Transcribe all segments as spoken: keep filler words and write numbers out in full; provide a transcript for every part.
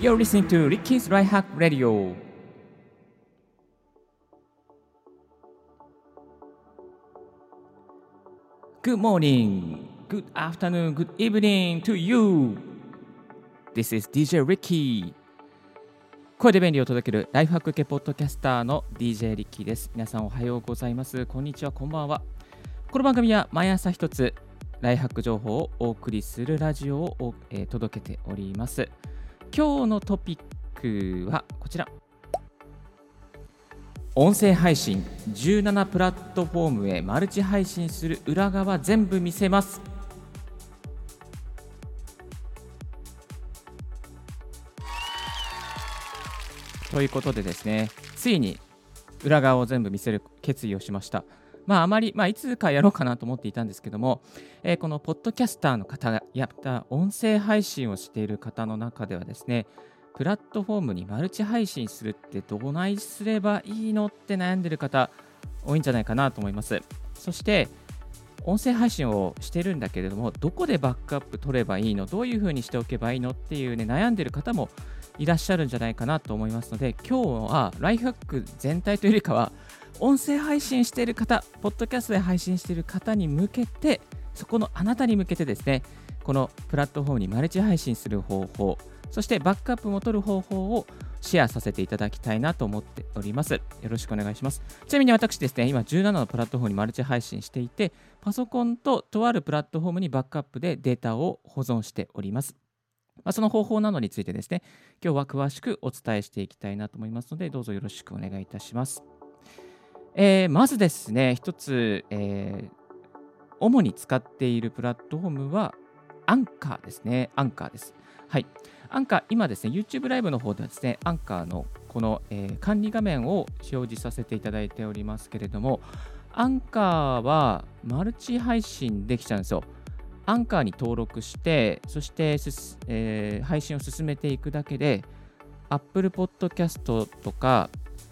You're listening to Ricky's Life Hack Radio. Good morning, good afternoon, good evening to you. This is ディージェー Ricky. 声で便利を届けるライフハック系ポッドキャスターの ディージェー Ricky です。皆さんおはようございます。こんにちは、こんばんは。この番組は毎朝一つライフハック情報をお送りするラジオを、えー、届けております。今日のトピックはこちら。音声配信じゅうななプラットフォームへマルチ配信する裏側全部見せます。ということでですね、ついに裏側を全部見せる決意をしました。まああまり、まあいつかやろうかなと思っていたんですけども、えー、このポッドキャスターの方がやった音声配信をしている方の中ではですね、プラットフォームにマルチ配信するってどないすればいいのって悩んでる方多いんじゃないかなと思います。そして音声配信をしてるんだけれども、どこでバックアップ取ればいいの、どういうふうにしておけばいいのっていうね、悩んでる方もいらっしゃるんじゃないかなと思いますので、今日はライフハック全体というよりかは音声配信している方、ポッドキャストで配信している方に向けて、そこのあなたに向けてですね、このプラットフォームにマルチ配信する方法、そしてバックアップも取る方法をシェアさせていただきたいなと思っております。よろしくお願いします。ちなみに私ですね、今じゅうななのプラットフォームにマルチ配信していて、パソコンととあるプラットフォームにバックアップでデータを保存しております。まあ、その方法などについてですね、今日は詳しくお伝えしていきたいなと思いますので、どうぞよろしくお願いいたします。えー、まずですね、一つ、えー、主に使っているプラットフォームはアンカーですね。アンカーです。はい。アンカー、今ですね、YouTube ライブの方ではですね、アンカーのこの、えー、管理画面を表示させていただいておりますけれども、アンカーはマルチ配信できちゃうんですよ。アンカーに登録して、そして、えー、配信を進めていくだけで、Apple Podcast とか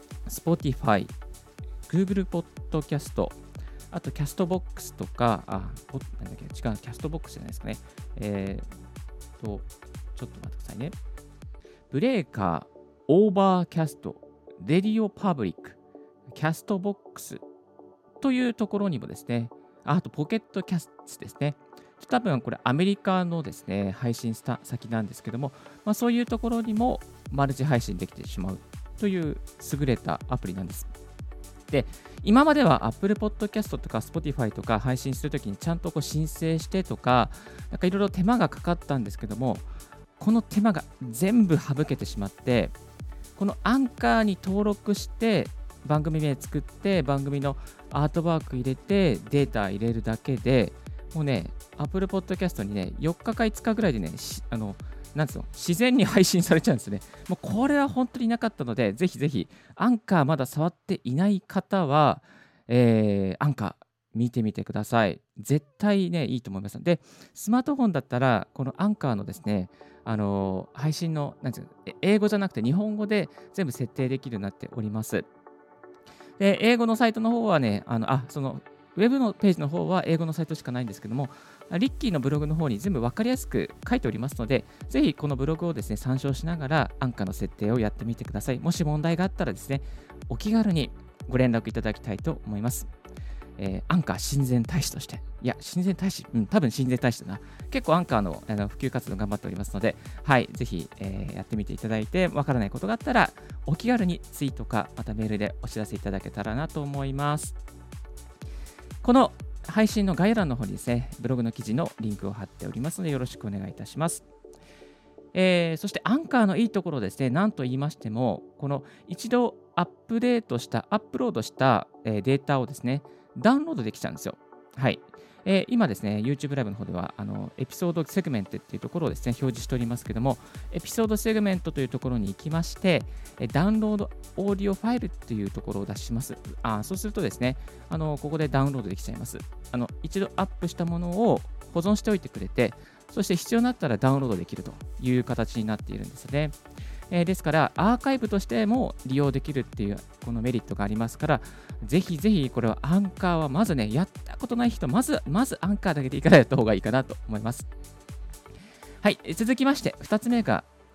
Spotify、Google Podcast、あとキャストボックスとか、あ、なんだっけ、違う、キャストボックスじゃないですかね。えー、と、ちょっと待ってくださいね。ブレーカー、オーバーキャスト、レディオパブリック、キャストボックスというところにもですね、あとポケットキャストですね。多分これアメリカのですね、配信した先なんですけども、まあ、そういうところにもマルチ配信できてしまうという優れたアプリなんです。で、今までは Apple Podcast とか Spotify とか配信するときにちゃんとこう申請してとか、なんかいろいろ手間がかかったんですけども、この手間が全部省けてしまって、このアンカーに登録して番組名作って番組のアートワーク入れてデータ入れるだけで、もうね、Apple Podcast にね、よっかかいつかぐらいでね、あの、なんつうの、自然に配信されちゃうんですね。もうこれは本当になかったので、ぜひぜひ、アンカーまだ触っていない方は、えー、アンカー見てみてください。絶対ね、いいと思います。で、スマートフォンだったら、このアンカーのですね、あのー、配信の、なんつうの、英語じゃなくて日本語で全部設定できるようになっております。で、英語のサイトの方はね、あの、あ、その、ウェブのページの方は英語のサイトしかないんですけども、リッキーのブログの方に全部分かりやすく書いておりますので、ぜひこのブログをですね、参照しながら、アンカーの設定をやってみてください。もし問題があったらですね、お気軽にご連絡いただきたいと思います。えー、アンカー親善大使として、いや、親善大使、うん、多分親善大使だな。結構アンカーの、あの普及活動頑張っておりますので、はい、ぜひ、えー、やってみていただいて、わからないことがあったら、お気軽にツイートか、またメールでお知らせいただけたらなと思います。この配信の概要欄の方にですね、ブログの記事のリンクを貼っておりますので、よろしくお願いいたします。えー、そしてアンカーのいいところですね、なんと言いましても、この一度アップデートした、アップロードした、えー、データをですね、ダウンロードできちゃうんですよ。はい。えー、今ですね、YouTube ライブの方では、あのエピソードセグメントっていうところをですね、表示しておりますけども、エピソードセグメントというところに行きまして、ダウンロードオーディオファイルというところを出します。あ、そうするとですね、あのここでダウンロードできちゃいます。あの一度アップしたものを保存しておいてくれて、そして必要になったらダウンロードできるという形になっているんですね。えー、ですから、アーカイブとしても利用できるっていうこのメリットがありますから、ぜひぜひこれはアンカーはまずね、やったことない人、まず、まずアンカーだけでいいからやった方がいいかなと思います。はい、続きまして、ふたつめがこちら、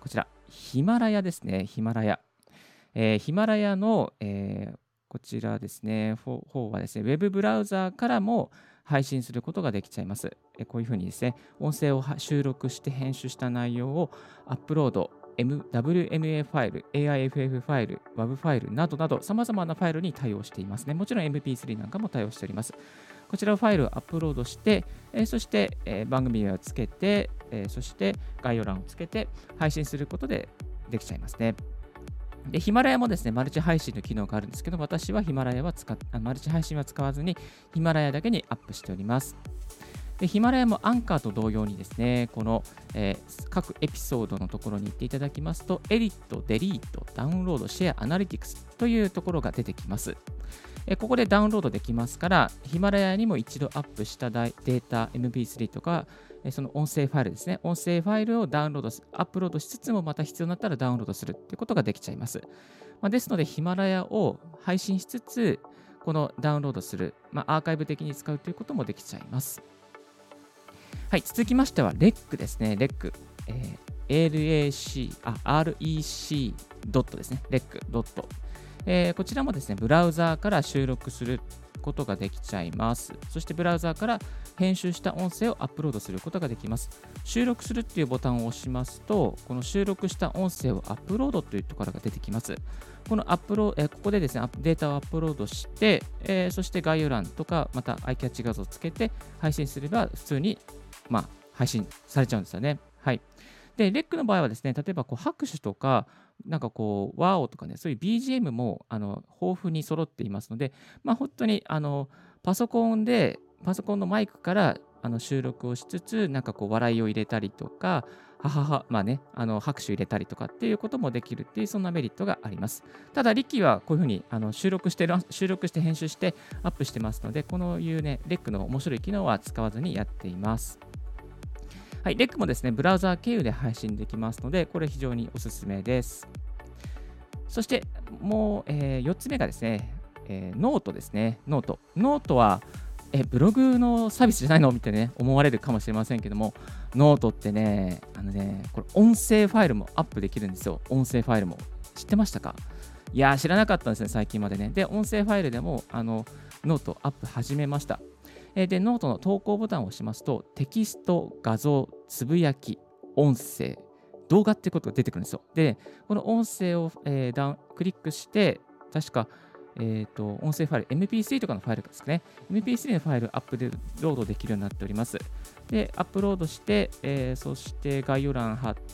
ヒマラヤですね。ヒマラヤ。えーヒマラヤの、えーこちらですね、方方はですね、ウェブブラウザーからも配信することができちゃいます。えーこういうふうにですね、音声をは収録して編集した内容をアップロード、M- ダブリューエムエー ファイル、エーアイエフエフ フファイル、ワブ ファイルなどなど、様々なファイルに対応していますね。もちろん エムピースリー なんかも対応しております。こちらのファイルをアップロードして、えーそして、えー番組名をつけて、えーそして概要欄をつけて配信することでできちゃいますね。で、ヒマラヤもですね、マルチ配信の機能があるんですけど、私はヒマラヤは使っあマルチ配信は使わずに、ヒマラヤだけにアップしております。で、ヒマラヤもアンカーと同様にですね、この、えー各エピソードのところに行っていただきますと、エディット、デリート、ダウンロード、シェア、アナリティクスというところが出てきます。えーここでダウンロードできますから、ヒマラヤにも一度アップしたデータ、エムピースリー とか、えーその音声ファイルですね。音声ファイルをダウンロードす、アップロードしつつも、また必要になったらダウンロードするっていうことができちゃいます。まあ、ですので、ヒマラヤを配信しつつ、このダウンロードする、まあ、アーカイブ的に使うということもできちゃいます。はい、続きましては、レック ですね。レック。えー エルエーシー、あ、アールイーシー ドットですね。レック ドット。えーこちらもですね、ブラウザーから収録することができちゃいます。そしてブラウザーから編集した音声をアップロードすることができます。収録するっていうボタンを押しますと、この収録した音声をアップロードというところが出てきます。このアップロード、えーここでですね、アップデータをアップロードして、えーそして概要欄とか、またアイキャッチ画像をつけて配信すれば、普通に、まあ、配信されちゃうんですよね。はい。で、レックの場合はですね、例えばこう拍手とか、なんかこう、ワーオとかね、そういう ビージーエム もあの豊富に揃っていますので、まあ、本当にあのパソコンで、パソコンのマイクからあの収録をしつつ、なんかこう、笑いを入れたりとか、ははは、まあね、あの拍手入れたりとかっていうこともできるっていう、そんなメリットがあります。ただ、リッキーはこういうふうにあの収録してる、収録して編集してアップしてますので、このいうね、レックの面白い機能は使わずにやっています。はい、レックもですね、ブラウザー経由で配信できますので、これ非常におすすめです。そしてもう、えーよっつめがですね、えーノートですね。ノート。ノートは、え、ブログのサービスじゃないのみたいなね、思われるかもしれませんけども、ノートってね、あのね、これ音声ファイルもアップできるんですよ。音声ファイルも。知ってましたか？いやー、知らなかったんですね、最近までね。で、音声ファイルでも、あの、ノートアップ始めました。えーで、ノートの投稿ボタンを押しますと、テキスト、画像、つぶやき、音声、動画ってことが出てくるんですよ。で、この音声を、えーダウンクリックして、確か、えーと、音声ファイル、エムピースリー とかのファイルですかね。エムピースリー のファイルアップロードできるようになっております。で、アップロードして、えーそして概要欄貼って、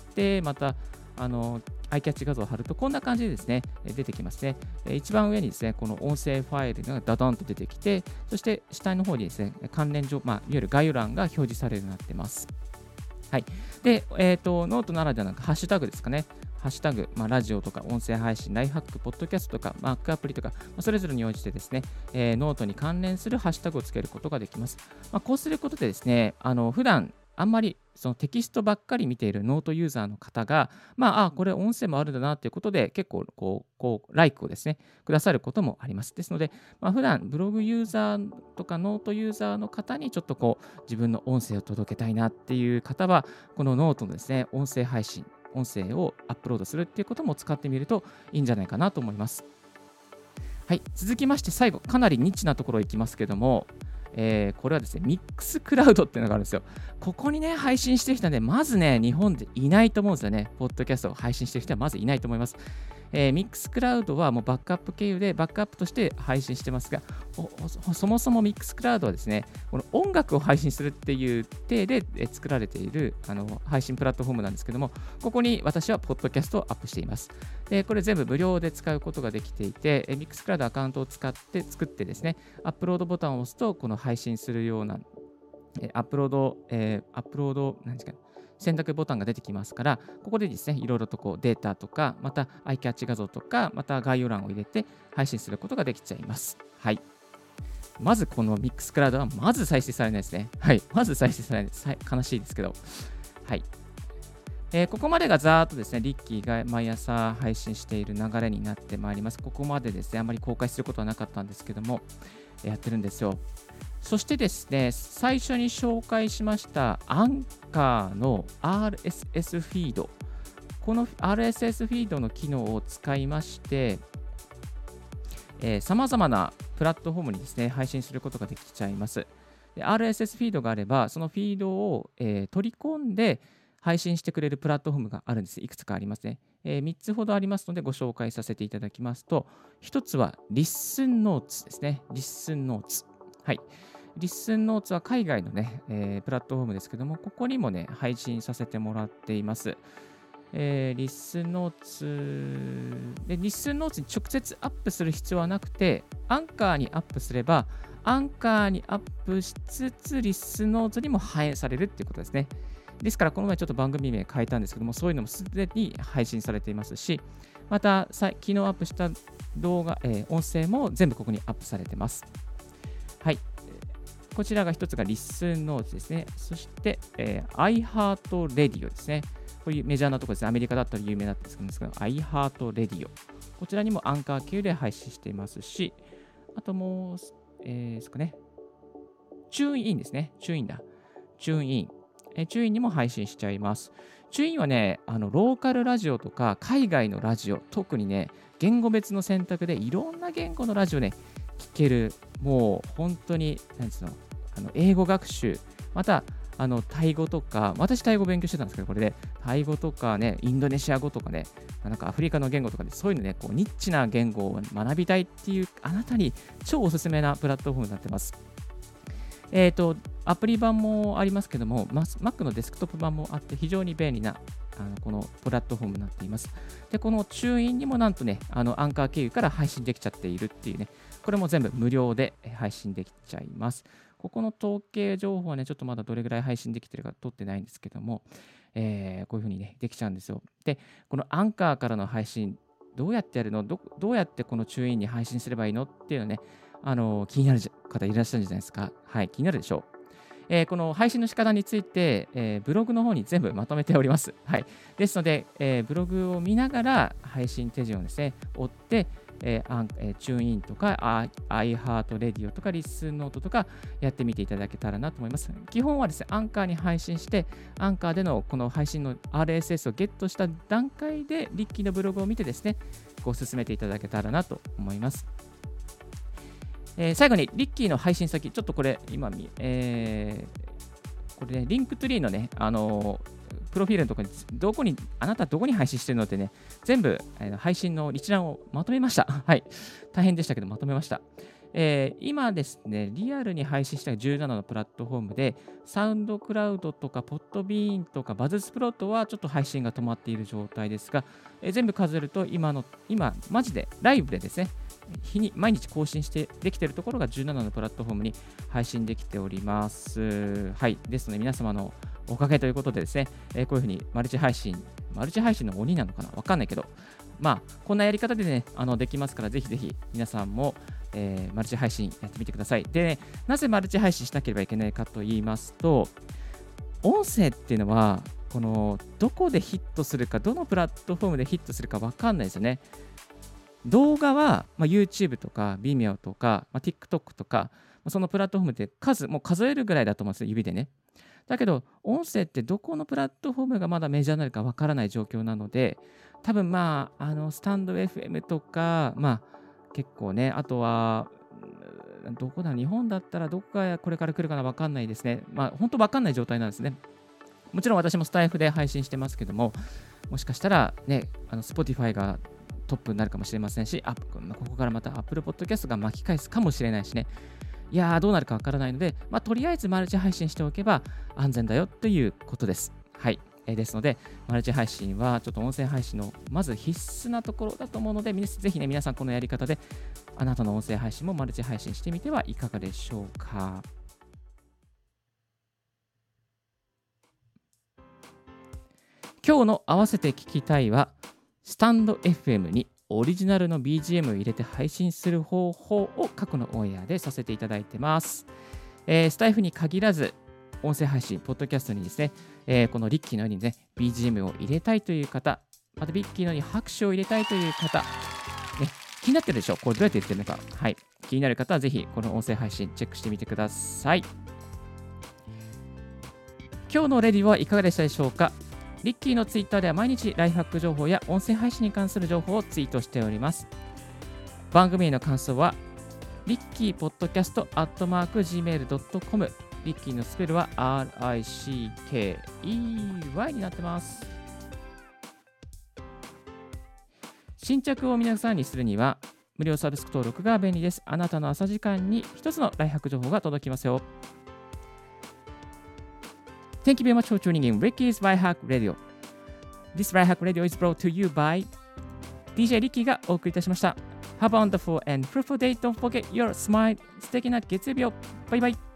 また、あの、アイキャッチ画像を貼ると、こんな感じでですね、えー出てきますね。えー一番上にですね、この音声ファイルがダダンと出てきて、そして下の方にですね、関連上、まあ、いわゆる概要欄が表示されるようになっています。はい。で、えっ、と、ノートならではのハッシュタグですかね。ハッシュタグ、まあ、ラジオとか音声配信、ライフハック、ポッドキャストとか、Mac アプリとか、まあ、それぞれに応じてですね、えーノートに関連するハッシュタグをつけることができます。まあ、こうすることでですね、あの普段あんまりそのテキストばっかり見ているノートユーザーの方が、まあ、あ、これ音声もあるんだなということで、結構こう、こう、ライクをですね、くださることもあります。ですので、まあ、普段ブログユーザーとかノートユーザーの方にちょっとこう、自分の音声を届けたいなっていう方は、このノートのですね、音声配信、音声をアップロードするっていうことも使ってみるといいんじゃないかなと思います。はい、続きまして最後、かなりニッチなところいきますけども、えーこれはですね、ミックスクラウドっていうのがあるんですよ。ここにね、配信してる人はね、まずね、日本でいないと思うんですよね。ポッドキャストを配信してる人はまずいないと思います。えー、ミックスクラウドはもうバックアップ経由でバックアップとして配信してますが、おおそもそもミックスクラウドはですね、この音楽を配信するっていう体でえー作られているあの配信プラットフォームなんですけども、ここに私はポッドキャストをアップしています。で、これ全部無料で使うことができていて、えーミックスクラウドアカウントを使って作ってですね、アップロードボタンを押すと、この配信するような、えーアップロード、えーアップロード、何ですかね、選択ボタンが出てきますから、ここでですね、いろいろとこうデータとか、またアイキャッチ画像とか、また概要欄を入れて配信することができちゃいます。はい。まずこのミックスクラウドはまず再生されないですね。はい。まず再生されないです。はい、悲しいですけど。はい。えーここまでがざーっとですね、リッキーが毎朝配信している流れになってまいります。ここまでですね、あまり公開することはなかったんですけども、やってるんですよ。そしてですね、最初に紹介しましたアンカーの アールエスエス フィード。 この アールエスエス フィードの機能を使いまして、さまざまなプラットフォームにですね、配信することができちゃいます。で アールエスエス フィードがあれば、そのフィードを、えー取り込んで配信してくれるプラットフォームがあるんです。いくつかありますね。えーみっつほどありますので、ご紹介させていただきますと、ひとつはリッスンノーツですね。リッスンノーツ。はい。リッスンノーツは海外のね、えープラットフォームですけども、ここにもね、配信させてもらっています。えーリッスンノーツで、リッスンノーツに直接アップする必要はなくて、アンカーにアップすれば、アンカーにアップしつつ、リッスンノーツにも反映されるっていうことですね。ですから、この前ちょっと番組名変えたんですけども、そういうのもすでに配信されていますし、また、さ昨日アップした動画、えー音声も全部ここにアップされてます。はい。こちらが一つがリッスンノーツですね。そして、えー、iHeartRadio ですね。こういうメジャーなところですね。アメリカだったら有名だったんですけど、iHeartRadio。こちらにもアンカー経由で配信していますし、あともう、えー、ですかね。チューンインですね。チューンインだ。チューンイン。えーチューンインにも配信しちゃいます。チューンインはね、あのローカルラジオとか海外のラジオ、特にね、言語別の選択でいろんな言語のラジオね、聞ける、もう本当に、なんつうの、あの英語学習、また、あのタイ語とか、私、タイ語勉強してたんですけど、これで、タイ語とかね、インドネシア語とかね、なんかアフリカの言語とかで、そういうのね、こうニッチな言語を学びたいっていう、あなたに超おすすめなプラットフォームになってます。えっ、と、アプリ版もありますけども、Mac のデスクトップ版もあって、非常に便利なあのこのプラットフォームになっています。で、このチューインにもなんとね、あのアンカー経由から配信できちゃっているっていうね、これも全部無料で配信できちゃいます。ここの統計情報はね、ちょっとまだどれぐらい配信できてるか取ってないんですけども、えーこういうふうにね、できちゃうんですよ。で、このアンカーからの配信、どうやってやるのどどうやってこのチューインに配信すればいいのっていうのね、あの気になる方いらっしゃるんじゃないですか。はい、気になるでしょう。えーこの配信の仕方について、えーブログの方に全部まとめております。はい。ですので、えーブログを見ながら配信手順をですね、追って、えーアンえーチューンインとか、iHeartRadio とか、リッスンノートとかやってみていただけたらなと思います。基本はですね、アンカーに配信して、アンカーでのこの配信の アールエスエス をゲットした段階で、リッキーのブログを見てですね、こう進めていただけたらなと思います。えー最後に、リッキーの配信先、ちょっとこれ、今見、えーこれね、リンクトゥリーのね、あのープロフィールのところに、どこに、あなたどこに配信してるのってね、全部、えー配信の一覧をまとめました。はい。大変でしたけど、まとめました。えー今ですね、リアルに配信したじゅうななのプラットフォームで、サウンドクラウドとか、ポッドビーンとか、バズスプロットはちょっと配信が止まっている状態ですが、えー全部数えると、今の、今、マジで、ライブでですね、日に毎日更新してできているところがじゅうななのプラットフォームに配信できております。はい。ですので、皆様のおかげということでですね、えーこういうふうにマルチ配信、マルチ配信の鬼なのかなわかんないけど、まあ、こんなやり方でね、あのできますから、ぜひぜひ皆さんも、えーマルチ配信やってみてください。で、ね、なぜマルチ配信しなければいけないかと言いますと、音声っていうのは、このどこでヒットするか、どのプラットフォームでヒットするかわかんないですよね。動画は、まあ、YouTube とか Vimeo とか、まあ、TikTok とか、まあそのプラットフォームって数、もう数えるぐらいだと思うんですよ、指でね。だけど、音声ってどこのプラットフォームがまだメジャーになるかわからない状況なので、多分まあ、あの、スタンド エフエム とか、まあ、結構ね、あとは、うんどこだ、日本だったらどこがこれから来るかなわかんないですね。まあ、本当わかんない状態なんですね。もちろん私もスタイフで配信してますけども、もしかしたらね、あの Spotify がトップになるかもしれませんし、あここからまた Apple Podcast が巻き返すかもしれないしね。いやー、どうなるかわからないので、まあ、とりあえずマルチ配信しておけば安全だよということです。はい。えーですので、マルチ配信はちょっと音声配信のまず必須なところだと思うので、皆さんぜひね、皆さんこのやり方で、あなたの音声配信もマルチ配信してみてはいかがでしょうか。今日の合わせて聞きたいは、スタンド エフエム にオリジナルの ビージーエム を入れて配信する方法を過去のオンエアでさせていただいてます。えースタイフに限らず、音声配信、ポッドキャストにですね、えーこのリッキーのようにね、ビージーエム を入れたいという方、またリッキーのように拍手を入れたいという方、ね、気になってるでしょこれどうやって言ってるのか。はい。気になる方はぜひこの音声配信チェックしてみてください。今日のレディはいかがでしたでしょうか。 リッキーのツイッターでは毎日ライフハック情報や音声配信に関する情報をツイートしております。番組への感想はリッキーポッドキャストアットマーク ジーメールドットコム、 リッキーのスペルは アールアイシーケーイーワイ になってます。新着を皆さんにするには無料サブスク登録が便利です。あなたの朝時間に一つのライフハック情報が届きますよ。Thank you very much for tuning in Ricky's Life Hack Radio。This Life Hack Radio is brought to you by ディージェー リッキーがお送りいたしました。Have a wonderful and fruitful day. Don't forget your smile. 素敵な月曜日を。バイバイ。